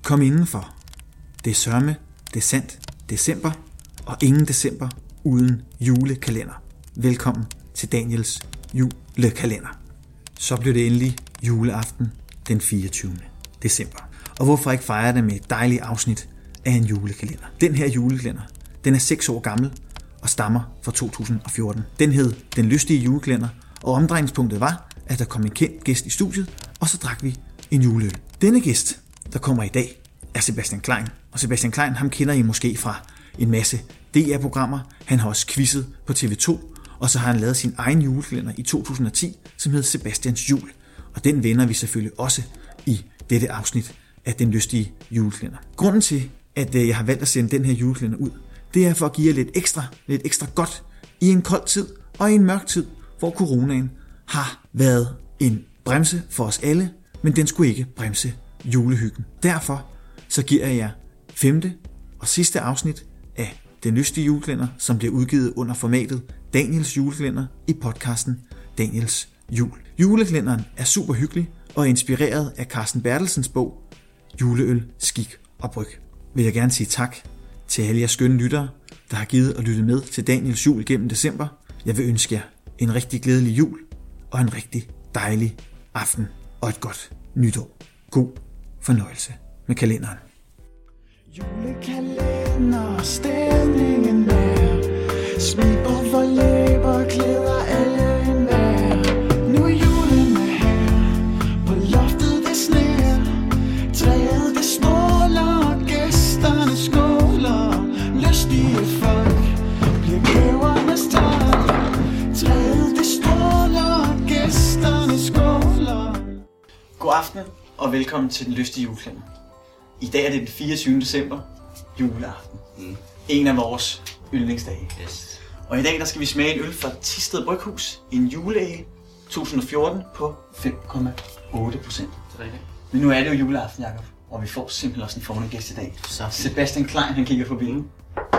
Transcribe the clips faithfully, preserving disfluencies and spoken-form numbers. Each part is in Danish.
Kom indenfor. Det er sørme, det er sandt, december, og ingen december uden julekalender. Velkommen til Daniels julekalender. Så blev det endelig juleaften den fireogtyvende december. Og hvorfor ikke fejre det med et dejligt afsnit af en julekalender? Den her julekalender, den er seks år gammel og stammer fra to tusind og fjorten. Den hed Den Lystige Julekalender, og omdrejningspunktet var, at der kom en kendt gæst i studiet, og så drak vi en juleøl. Denne gæst, der kommer i dag, er Sebastian Klein. Og Sebastian Klein, ham kender I måske fra en masse D R-programmer. Han har også quizzet på T V to, og så har han lavet sin egen julekalender i to tusind og ti, som hedder Sebastians Jul. Og den vender vi selvfølgelig også i dette afsnit af Den Lystige Julekalender. Grunden til, at jeg har valgt at sende den her julekalender ud, det er for at give jer lidt ekstra, lidt ekstra godt i en kold tid og i en mørk tid, hvor coronaen har været en bremse for os alle, men den skulle ikke bremse julehyggen. Derfor så giver jeg jer femte og sidste afsnit af Den Lystige Julekalender, som bliver udgivet under formatet Daniels Julekalender i podcasten Daniels Jul. Julekalenderen er super hyggelig og er inspireret af Carsten Bertelsens bog Juleøl, skik og bryg. Vil jeg gerne sige tak til alle jer skønne lyttere, der har givet og lyttet med til Daniels Jul gennem december. Jeg vil ønske jer en rigtig glædelig jul og en rigtig dejlig aften og et godt nytår. God fornøjelse med kalenderen. Julekalender, stemningen er, smil på for læber, glæder alle en vær. Nu er julen er her, på loftet det sner, træet det snåler, gæsterne skåler, lystige folk bliver gævernes tak. Træet det stråler, gæsterne skåler. God aften og velkommen til Den Lystige Julekalender. I dag er det den fireogtyvende december, juleaften. Mm. En af vores yndlingsdage. Yes. Og i dag der skal vi smage en øl fra Thisted Bryghus, en juleale to tusind og fjorten på fem komma otte procent. Det er rigtigt. Men nu er det jo juleaften, Jacob, og vi får simpelthen også en fornem gæst i dag. Så. Sebastian Klein, han kigger forbi. Mm.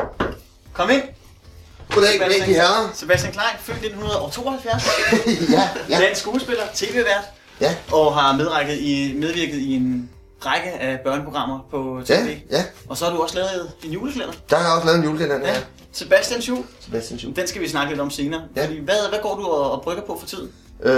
Kom ind! Goddag, goddag, de herrer. Sebastian Klein, født nitten tooghalvfjerds. ja, ja. Dansk skuespiller, tv-vært, Ja. og har medvirket i, medvirket i en række af børneprogrammer på tv. Ja, ja. Og så har du også lavet en julekalender. Der har jeg også lavet en julekalender. Ja. Sebastians Jul. Sebastians Jul. Den skal vi snakke lidt om senere. Ja. Fordi hvad, hvad går du og, og brygger på for tiden?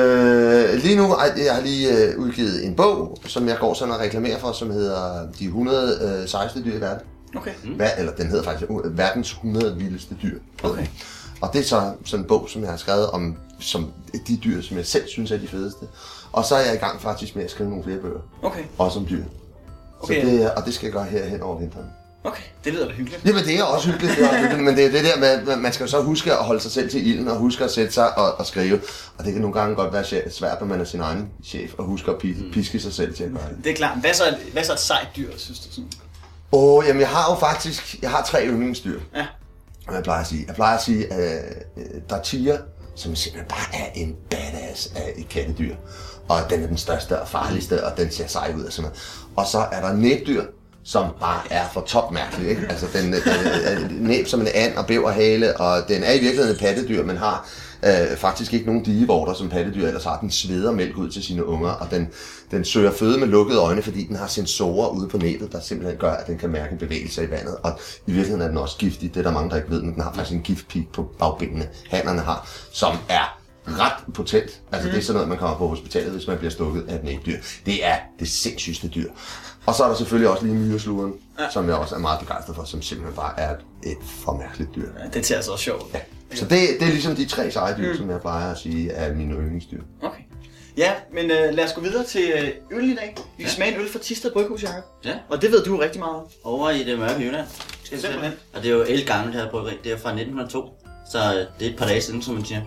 Øh, lige nu ej, jeg har lige øh, udgivet en bog, som jeg går sådan og reklamerer for, som hedder De hundrede øh, sejeste dyr i verden. Okay. Mm. Hva, eller den hedder faktisk uh, Verdens hundrede vildeste dyr. Okay. Og det er så sådan en bog, som jeg har skrevet om som de dyr, som jeg selv synes er de fedeste. Og så er jeg i gang faktisk med at skrive nogle flere bøger. Okay. Også om dyr. Okay. Så det, og det skal jeg gøre her hen over vinteren. Okay, det lyder da hyggeligt. Jamen det er også hyggeligt, det er også hyggeligt, men det er det der med, at man skal så huske at holde sig selv til ilden, og huske at sætte sig og, og skrive. Og det kan nogle gange godt være svært, når man er sin egen chef, og huske at piske sig selv til at gøre det. Det er klart. Hvad så, hvad så et sejt dyr, synes du sådan? Åh, oh, jamen jeg har jo faktisk, jeg har tre yndlingsdyr. Ja. Og jeg plejer at sige, jeg plejer at sige, at uh, der er tiger, som simpelthen bare er en badass af et kattedyr. Og den er den største og farligste, og den ser sej ud og sådan noget. Og så er der næbdyr, som bare er for topmærkelig, ikke? Altså den er næb som en and og bæverhale, og den er i virkeligheden et pattedyr, men har øh, faktisk ikke nogen digevorter, som pattedyr ellers har. Den sveder mælk ud til sine unger, og den, den søger føde med lukkede øjne, fordi den har sensorer ude på næbet, der simpelthen gør, at den kan mærke bevægelser i vandet. Og i virkeligheden er den også giftig, det er der mange, der ikke ved, men den har faktisk en giftpik på bagbenene, hannerne har, som er ret potent. Altså mm. det er sådan noget, man kommer på hospitalet, hvis man bliver stukket af et næbdyr. Det er det sindssygste dyr. Og så er der selvfølgelig også lige myreslugeren, ja. Som jeg også er meget begejstret for, som simpelthen bare er et for mærkeligt dyr. Ja, det ser altså også sjovt. Ja. Så det, det er ligesom de tre seje dyr, mm. som jeg plejer at sige er mine yndlingsdyr. Okay. Ja, men øh, lad os gå videre til øh, øl i dag. Vi skal ja. smage en øl fra Thisted Bryghus, Jacob. Ja. Og det ved du rigtig meget om. Over i det mørke Jylland. Skal jeg Simpelthen. Og det er jo elgammelt her bryggeri. Det er fra nitten hundrede og to. Så det er et par dage siden, som man siger.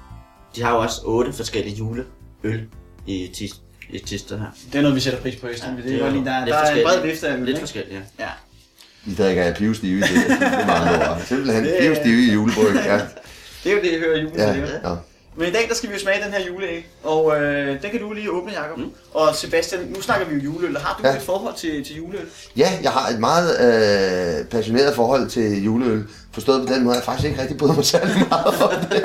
De har jo også otte forskellige juleøl i Thisted. I Thisted her. Det er noget, vi sætter pris på, Østen. Ja, det er, det er lige, der, lidt der er en bred vifte af øl. Lidt forskelligt, ja. Ja. I drikker er pivstive i det. Det er mange år. Simpelthen pivstive i julebryg. Ja. Det er jo det, jeg hører julen ja, til. ja. Men i dag der skal vi jo smage den her juleæg, og øh, den kan du lige åbne, Jacob. Mm. Og Sebastian, nu snakker vi jo juleøl. Har du ja. et forhold til, til juleøl? Ja, jeg har et meget øh, passioneret forhold til juleøl. Forstået på den måde, jeg faktisk ikke rigtig bryder mig særlig meget om det.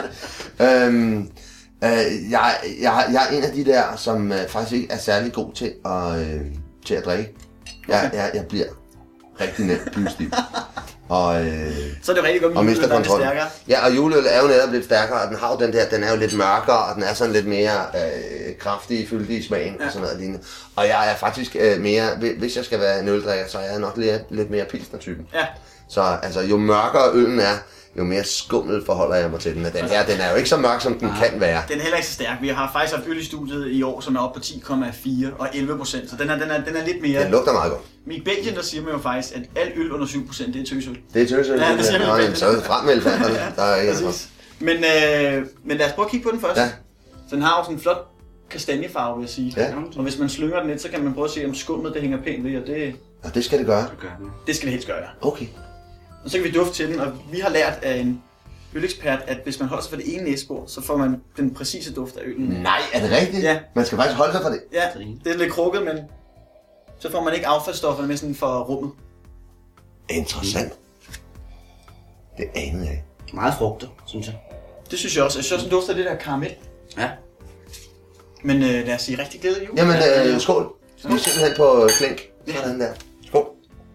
øhm, øh, jeg, jeg, jeg er en af de der, som øh, faktisk ikke er særlig god til at, øh, til at drikke. Jeg, jeg, jeg bliver rigtig nemt bystiv. Og, øh, så er det rigtig godt, og juleøl er lidt stærkere. Ja, og juleøl er jo netop lidt stærkere, og den har jo den der, den er jo lidt mørkere, og den er sådan lidt mere øh, kraftig, fyldig i smagen, ja. Og sådan noget lignende. Og jeg er faktisk øh, mere, hvis jeg skal være en øldrikker, så er jeg nok lidt, lidt mere pilsner-typen. Ja. Så altså, jo mørkere øllen er, jo mere skummel forholder jeg mig til den. Men den her, den er jo ikke så mørk, som den ja. kan være. Den er heller ikke så stærk. Vi har faktisk haft øl i studiet i år, som er oppe på ti komma fire og elleve procent. Så den er, den, er, den er lidt mere... Den lugter meget godt. Men i Belgien, der siger man jo faktisk, at al øl under syv procent, det er tøsøl. Det er tøsøl, ja, det siger man i Belgien. Så er det frem med elefanterne. Ja, der er ikke men, øh, men lad os prøve at kigge på den først. Ja. Så den har jo sådan en flot kastanjefarve, vil jeg sige. Ja. Og hvis man slynger den lidt, så kan man prøve at se, om skummet det hænger pænt ved, og det... Ja, det skal det gøre. Det skal det helst gøre, ja. Okay. Og så kan vi dufte til den, og vi har lært af en ølekspert, at hvis man holder sig for det ene næsebor, så får man den præcise duft af øllen. Nej, er det rigtigt? Ja. Man skal faktisk holde sig for det? Ja, det er lidt krukket, men så får man ikke affaldsstofferne med sådan for rummet. Interessant. Det anede jeg. Meget frugter, synes jeg. Det synes jeg også. Jeg synes også, den dufter lidt af karamel. Ja. Men øh, lad os sige rigtig glædelig jul. Jamen, øh, skål. Vi er simpelthen på klink. Sådan der. Skål.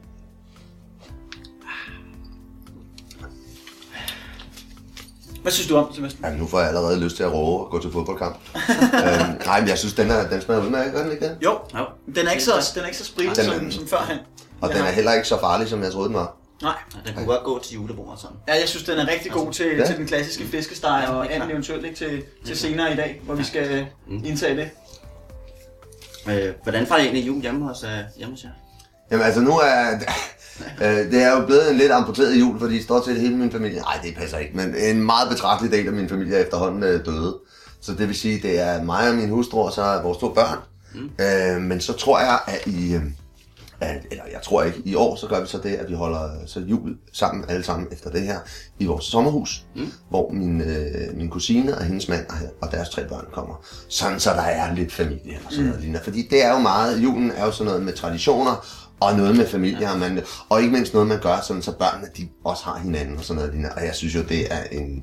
Hvad synes du om, Sebastian? Jamen, nu får jeg allerede lyst til at råbe og gå til fodboldkamp. øhm, nej, men jeg synes, den, er, den smager udmærket. Gør den ikke det? Jo, jo. Den er ikke så, den er ikke så spritet som, som førhen. Og den er heller ikke så farlig, som jeg troede, den var. Nej. Den kunne godt gå til julebordet sådan. Ja, jeg synes, den er rigtig god til, ja. til den klassiske fiskesteg og anden eventuelt ikke til, til senere i dag, hvor vi skal mm. indtage det. Øh, hvordan fejrer I egentlig jul hjemme hos, uh, hjemme hos jer? Jamen altså, nu er... Øh, det er jo blevet en lidt amputeret jul, fordi stort set hele min familie... Nej, det passer ikke, men en meget betragtelig del af min familie er efterhånden øh, døde. Så det vil sige, det er mig og min hustru, og så er vores to børn. Mm. Øh, men så tror jeg, at i... Øh, at, eller jeg tror ikke, i år så gør vi så det, at vi holder så jul sammen, alle sammen efter det her, i vores sommerhus, mm. hvor min, øh, min kusine og hendes mand og deres tre børn kommer. Sådan, så der er lidt familie og sådan noget mm. lignende. Fordi det er jo meget... Julen er jo sådan noget med traditioner, og noget med familie, og, man, og ikke mindst noget, man gør, sådan, så børnene de også har hinanden og sådan noget. Og jeg synes jo, det er en...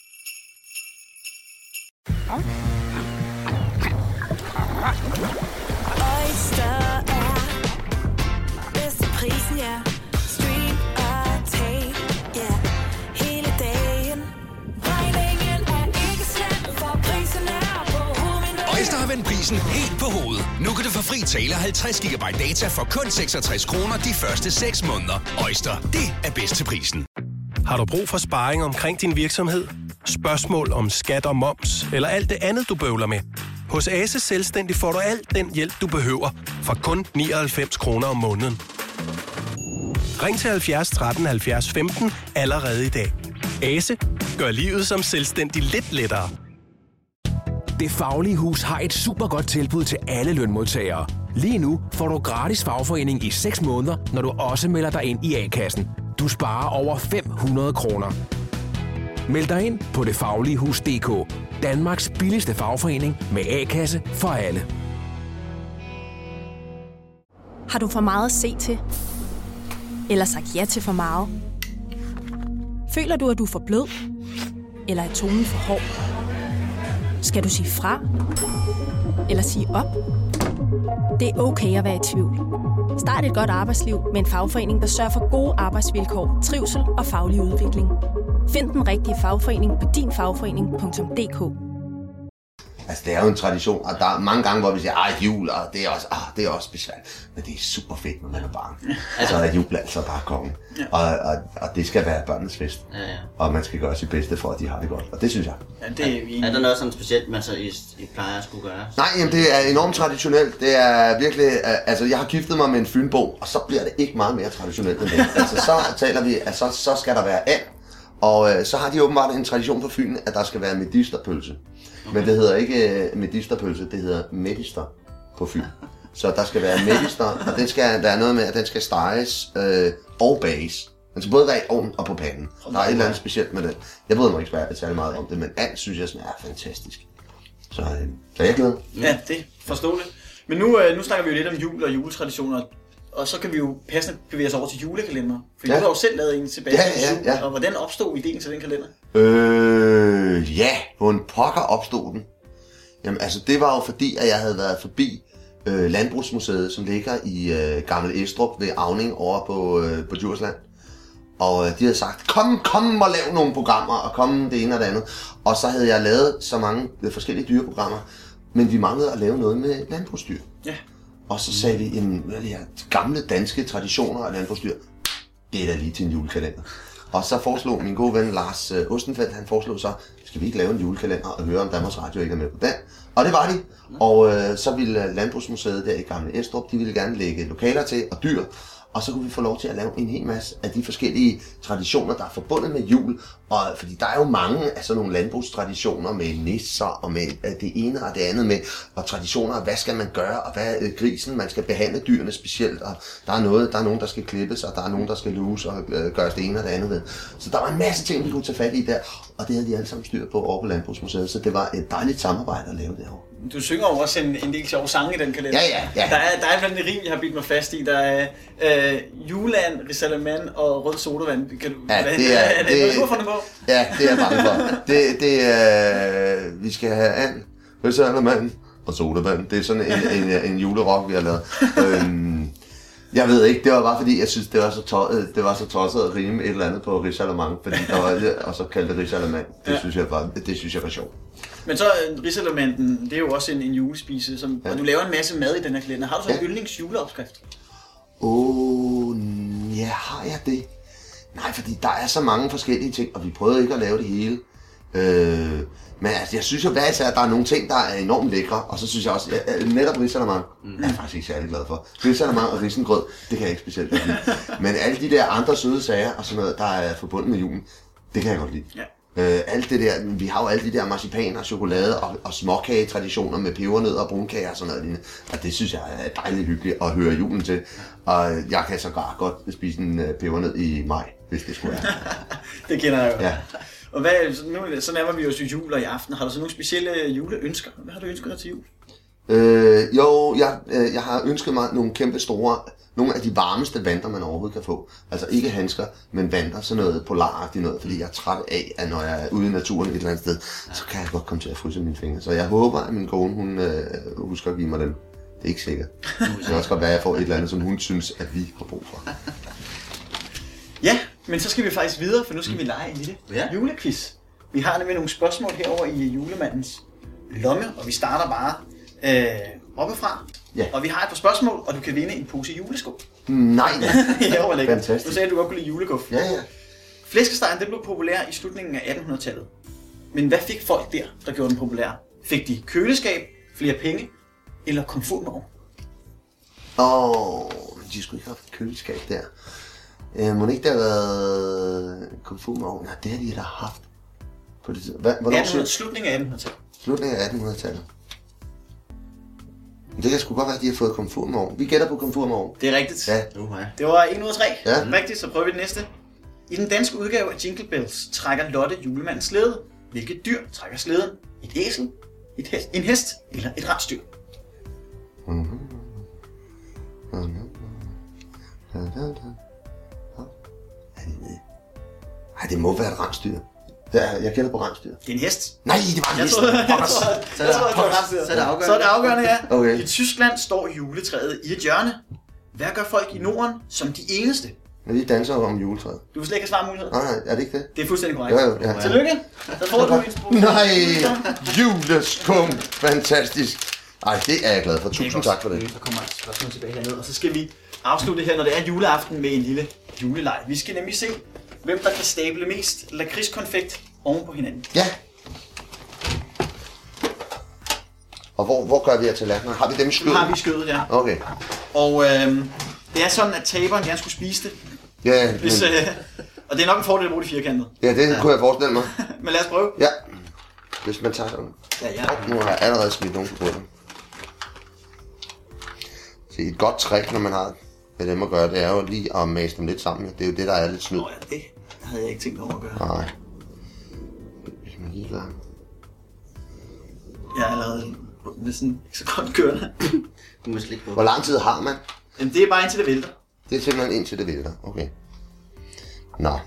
Oyster er bedst til prisen, ja. Stream og tag, ja. Hele dagen. Regningen er ikke slem, for prisen er på hovedet. Oyster har vendt prisen helt på hovedet. Nu kan du få fri tale halvtreds gigabyte data for kun seksogtres kroner de første seks måneder. Oyster, det er bedst til prisen. Har du brug for sparring omkring din virksomhed? Spørgsmål om skat og moms, eller alt det andet, du bøvler med? Hos Ase Selvstændig får du alt den hjælp, du behøver, for kun nioghalvfems kroner om måneden. Ring til halvfjerds tretten halvfjerds femten allerede i dag. Ase gør livet som selvstændig lidt lettere. Det Faglige Hus har et super godt tilbud til alle lønmodtagere. Lige nu får du gratis fagforening i seks måneder, når du også melder dig ind i A-kassen. Du sparer over fem hundrede kroner. Meld dig ind på det faglige hus punktum d k. Danmarks billigste fagforening med A-kasse for alle. Har du for meget at se til? Eller sagt ja til for meget? Føler du, at du er for blød? Eller er tonen for hård? Skal du sige fra? Eller sige op? Det er okay at være i tvivl. Start et godt arbejdsliv med en fagforening, der sørger for gode arbejdsvilkår, trivsel og faglig udvikling. Find den rigtige fagforening på din fagforening punktum d k. Altså, det er jo en tradition, og der er mange gange, hvor vi siger, ah, jul, og det er også, ah, det er også besværligt. Men det er super fedt, når man er barn. Altså, er jul altså bare kongen. Ja. Og, og, og det skal være børnenes fest. Ja, ja. Og man skal gøre sit bedste for, at de har det godt. Og det synes jeg. Ja, det er, vi... er der noget sådan specielt, man så I, I plejer at skulle gøre? Nej, jamen, det er enormt traditionelt. Det er virkelig, altså, jeg har giftet mig med en fynbo, og så bliver det ikke meget mere traditionelt end det. Altså, så taler vi, at så, så skal der være and. Og øh, så har de åbenbart en tradition på Fyn, at der skal være medisterpølse. Okay. Men det hedder ikke uh, medisterpølse, det hedder medister på Fyn. Så der skal være medister, og den skal, der er noget med, at den skal steges øh, og bages. Den skal både være i ovnen og på panden. Der er et eller andet specielt med det. Jeg bryder mig ikke svært særlig meget om det, men and synes jeg smager fantastisk. Så, øh, så jeg er glad. Ja, det er forståeligt. Men nu, øh, nu snakker vi jo lidt om jul og juletraditioner. Og så kan vi jo passende bevæge os over til julekalender. For ja. Du har jo selv lavet en tilbage ja, ja, ja. Og hvordan opstod ideen til den kalender? Øh, ja, hvor en pokker opstod den. Jamen altså, det var jo fordi, at jeg havde været forbi øh, Landbrugsmuseet, som ligger i øh, Gammel Estrup ved Avning over på, øh, på Djursland. Og øh, de havde sagt, kom, kom og lav nogle programmer, og kom det ene og det andet. Og så havde jeg lavet så mange øh, forskellige dyreprogrammer, men vi manglede at lave noget med landbrugsdyr. Ja. Og så sagde vi, jamen, hvad er det her, gamle danske traditioner og landbrugsdyr, det er da lige til en julekalender. Og så foreslog min gode ven Lars øh, Ostenfeldt, han foreslog så, skal vi ikke lave en julekalender og høre, om Danmarks Radio ikke er med på den? Og det var de. Og øh, så ville Landbrugsmuseet der i Gamle Estrup, de ville gerne lægge lokaler til og dyr. Og så kunne vi få lov til at lave en hel masse af de forskellige traditioner, der er forbundet med jul. Og fordi der er jo mange af sådan nogle landbrugstraditioner med nisser og med det ene og det andet med. Og traditioner, hvad skal man gøre, og hvad er grisen, man skal behandle dyrene specielt. Og der er, noget, der er nogen, der skal klippes, og der er nogen, der skal luges og gøres det ene og det andet ved. Så der var en masse ting, vi kunne tage fat i der. Og det havde de alle sammen styr på over på Landbrugsmuseet. Så det var et dejligt samarbejde at lave derovre. Du synger jo også en, en del sjove sange i den kalender. Ja, ja, ja. Der er, der er blandt andet rim, jeg har bidt mig fast i. Der er øh, Juleand, Risalamand og Rød Sodavand. Kan du, ja, hvad, det er, er, er det, det, noget, du har fundet på? Ja, det er jeg bange for. Det, det er, vi skal have and, Risalamand og Sodavand. Det er sådan en, en, en julerock, vi har lavet. øhm, jeg ved ikke, det var bare fordi, jeg synes, det var så, to, det var så tosset at rime et eller andet på Risalamand, fordi der var, og så kaldte det Risalamand. Det, ja. synes jeg var, det synes jeg var sjovt. Men så Risalamanden, det er jo også en, en julespise, som, ja. Og du laver en masse mad i den her kalender. Har du så en ja. yndlings juleopskrift? Åh, oh, ja, har jeg det? Nej, fordi der er så mange forskellige ting, og vi prøvede ikke at lave det hele. Øh, men altså, jeg synes jo hver især, at der er nogle ting, der er enormt lækre, og så synes jeg også, at netop risalamande, mm. er jeg faktisk ikke særlig glad for. Risalamande og risengrød, det kan jeg ikke specielt godt lide. Men alle de der andre søde sager og sådan noget, der er forbundet med julen, det kan jeg godt lide. Ja. Øh, alt det der, vi har jo alle de der marcipaner, chokolade og, og småkagetraditioner med pebernødder og brunkager og sådan noget. Og det synes jeg er dejligt hyggeligt at høre julen til. Og jeg kan sågar godt spise en pebernød i maj, hvis det skulle være. Det kender jeg jo. Ja. Og hvad, nu, så nærmer vi jo til jul og i aften. Har du så nogle specielle juleønsker? Hvad har du ønsket dig til jul? Øh, jo, jeg, øh, jeg har ønsket mig nogle kæmpe store, nogle af de varmeste vanter, man overhovedet kan få. Altså ikke handsker, men vanter, sådan noget polaragtigt noget, fordi jeg er træt af, at når jeg er ude i naturen et eller andet sted, så kan jeg godt komme til at fryse mine fingre. Så jeg håber, at min kone, hun øh, husker at give mig dem. Det er ikke sikkert. Det kan også godt være, at jeg får et eller andet, som hun synes, at vi har brug for. Ja, men så skal vi faktisk videre, for nu skal vi lege en lille ja. julequiz. Vi har nemlig nogle spørgsmål herover i julemandens lomme, og vi starter bare øh, oppefra. Ja. Og vi har et par spørgsmål, og du kan vinde en pose julesko. Nej, det var lækkert. Fantastisk. Du sagde, at du godt kunne lide juleguf. Ja, ja. Flæskestegen, den blev populær i slutningen af attenhundredetallet. Men hvad fik folk der, der gjorde den populær? Fik de køleskab, flere penge eller komfurtvogn? Åh, oh, de skulle ikke have haft køleskab der. Øh, må det ikke der have været komfurtvogn? Nej, det har de da haft. På det, hvad, attenhundrede, slutningen af attenhundredetallet. Slutningen af attenhundredetallet. Det kan sgu godt være, at de har fået komfurtvogn. Vi gætter på komfurtvogn. Det er rigtigt. Ja. Det var en ud af tre. Ja. Rigtigt, så prøver vi det næste. I den danske udgave af Jingle Bells trækker Lotte julemandens slæde. Hvilket dyr trækker slæden? Et æsel, et hest, en hest eller et rensdyr? Mm-hmm. Ej, det må være et rensdyr. Jeg gælder på rensdyr. Det er en hest. Nej, det var en hest. Så er det afgørende. Så er det afgørende, ja. Okay. I Tyskland står juletræet i et hjørne. Hvad gør folk i Norden som de eneste? Men de danser om juletræet. Du vil slet ikke have svarmulighed. Nej, nej, er det ikke det? Det er fuldstændig korrekt. Jo, jo, ja. Tillykke. Så får du en sprog. Nej, juleskum. Fantastisk. Ej, det er jeg glad for. Tusind tak for det. Så kommer et spørgsmål tilbage herned, og så skal vi afslutte her, når det er juleaften, med en lille juleleg. Vi skal nemlig se, hvem der kan stable mest lakridskonfekt oven på hinanden. Ja. Og hvor, hvor gør vi her til tallerkener? Har vi dem i skødet? Nu har vi i skødet, ja. Okay. Og øh, det er sådan, at taberen gerne skulle spise det. Ja, Hvis, men... øh, og det er nok en fordel at bruge det firkantet. Ja, det ja. kunne jeg forestille mig. Men lad os prøve. Ja. Hvis man tager sådan. Ja, ja. Og nu har jeg allerede smidt nogen på bunden. Så et godt trick, når man har med dem at gøre, det er jo lige at mase dem lidt sammen. Det er jo det, der er lidt snyd. Nå ja, det havde jeg ikke tænkt over at gøre. Nej. Hvis man lige gør. Jeg er allerede næsten ikke så godt kørende. Du må slikke på. Hvor lang tid har man? Jamen, det er bare indtil det vælter. Det er simpelthen indtil det vælter. Okay. Nå.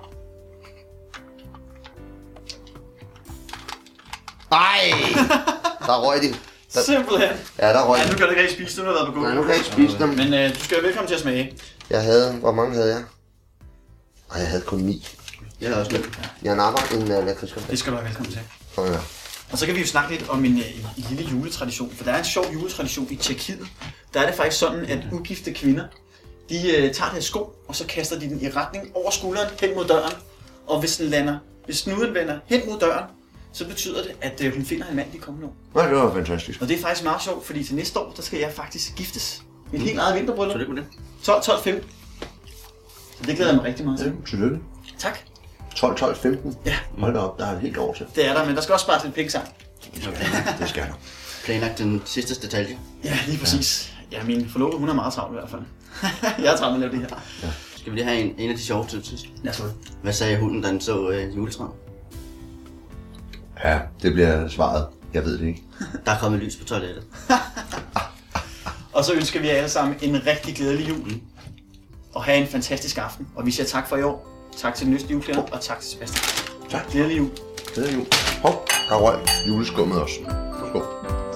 Ej! der røg de. Der... Simpelthen. Ja, der røg ja, de. nu kan du ikke rigtig spise, du har været på gulvet. Nej, nu kan jeg ikke spise dem. Men øh, du skal være velkommen til at smage. Jeg havde, hvor mange havde jeg? Ej, jeg havde kun ni. Jeg havde også lidt. Jeg napper en uh, lakridskål. Det skal du være velkommen til. Oh, ja. Og så kan vi jo snakke lidt om en, en, en lille juletradition, for der er en sjov juletradition i Tjekkiet. Der er det faktisk sådan, at ugifte kvinder, de uh, tager deres sko, og så kaster de den i retning over skulderen hen mod døren. Og hvis den lander, hvis snuden vender hen mod døren, så betyder det, at uh, hun finder en mand i kommende år. Nej, det var fantastisk. Og det er faktisk meget sjovt, fordi til næste år, der skal jeg faktisk giftes. Mit mm. helt eget vinterbryllup. Så det kunne det. tolv tolv femten. Så det glæder jeg mig rigtig meget til. Ja, tillykke. Tak. tolv tolv femten? Ja. Hold da op, der er et helt år til. Det er der, men der skal også spares lidt penge sammen. Det skal, det skal der. Planlagt den sidste detalje. Ja, lige præcis. Ja, ja min forlovede, hun er meget travlt i hvert fald. Jeg er travlt med at lave det her. Ja. Skal vi lige have en, en af de sjove til sidst? Ja, så. Hvad sagde hunden, da den så øh, juletræet? Ja, det bliver svaret. Jeg ved det ikke. Der er kommet lys på toilettet. Og så ønsker vi alle sammen en rigtig glædelig jul. Og have en fantastisk aften. Og vi siger tak for i år. Tak til den næste juleklæder, og tak til Sebastian. Tak. Glædelig jul. Glædelig jul. Hov, der røg juleskummet også. Skål.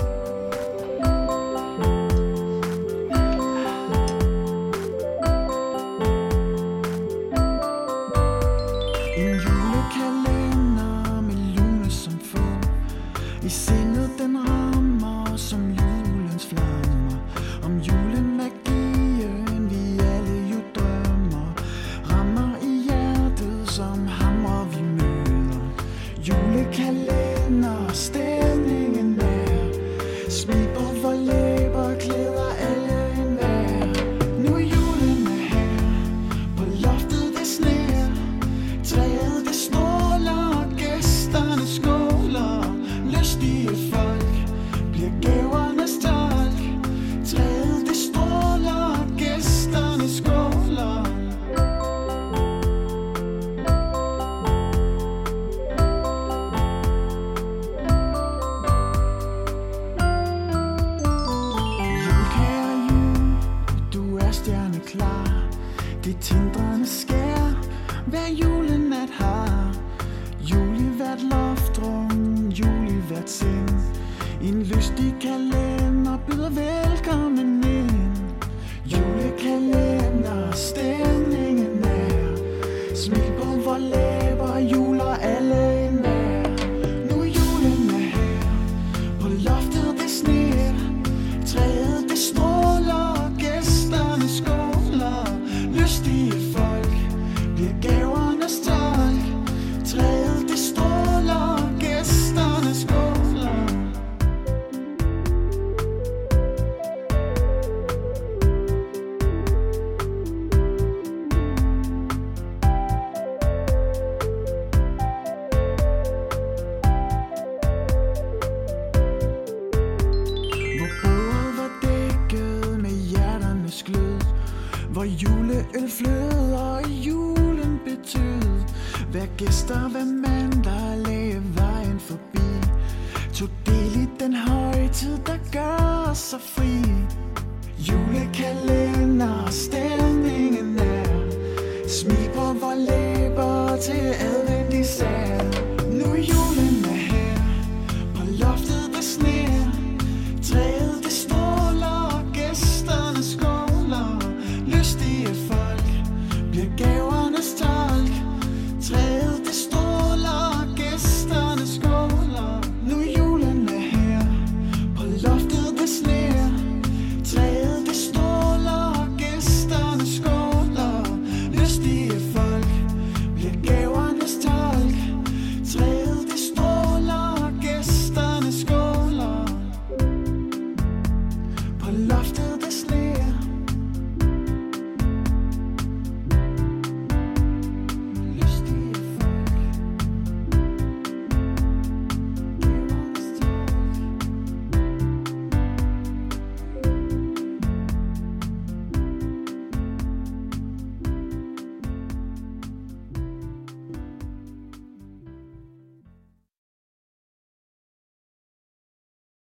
En julekalender med lune som få. I sindet den rammer som julens flammer. Om julemagien vi alle jo drømmer. Rammer i hjertet som hammer vi møder. Julekalender, stemningen er. Smil på vor læber, glæder alle enhver. Nu er julen er her, på loftet det sner. Træet det stråler, gæsterne skåler. Lystige folk bliver gavernes tolk. Træet det stråler, gæsterne skåler. Julekære jul, du er stjerneklar. Det tindrende skær, hver julenat har. Jul i hvert loftrum, jul i hvert sind. En lystig kalender byder velkommen ind. Julekalender, stemningen er. Smil på vor læber, juler alle enhver. Nu er julen er her, på loftet det sner. Træet det stråler, gæsterne skåler. Lystige folk bliver gavernes tolk. Træet det stråler, gæsterne skåler. Hvor bordet var dækket med hjerternes glød. Hvor juleøl flød og julen betød. Hver gæster, hver mand, der lagde vejen forbi. Tog del i den højtid, der gør os så fri. Julekalender, stemningen er. Smil på vor læber til advent især.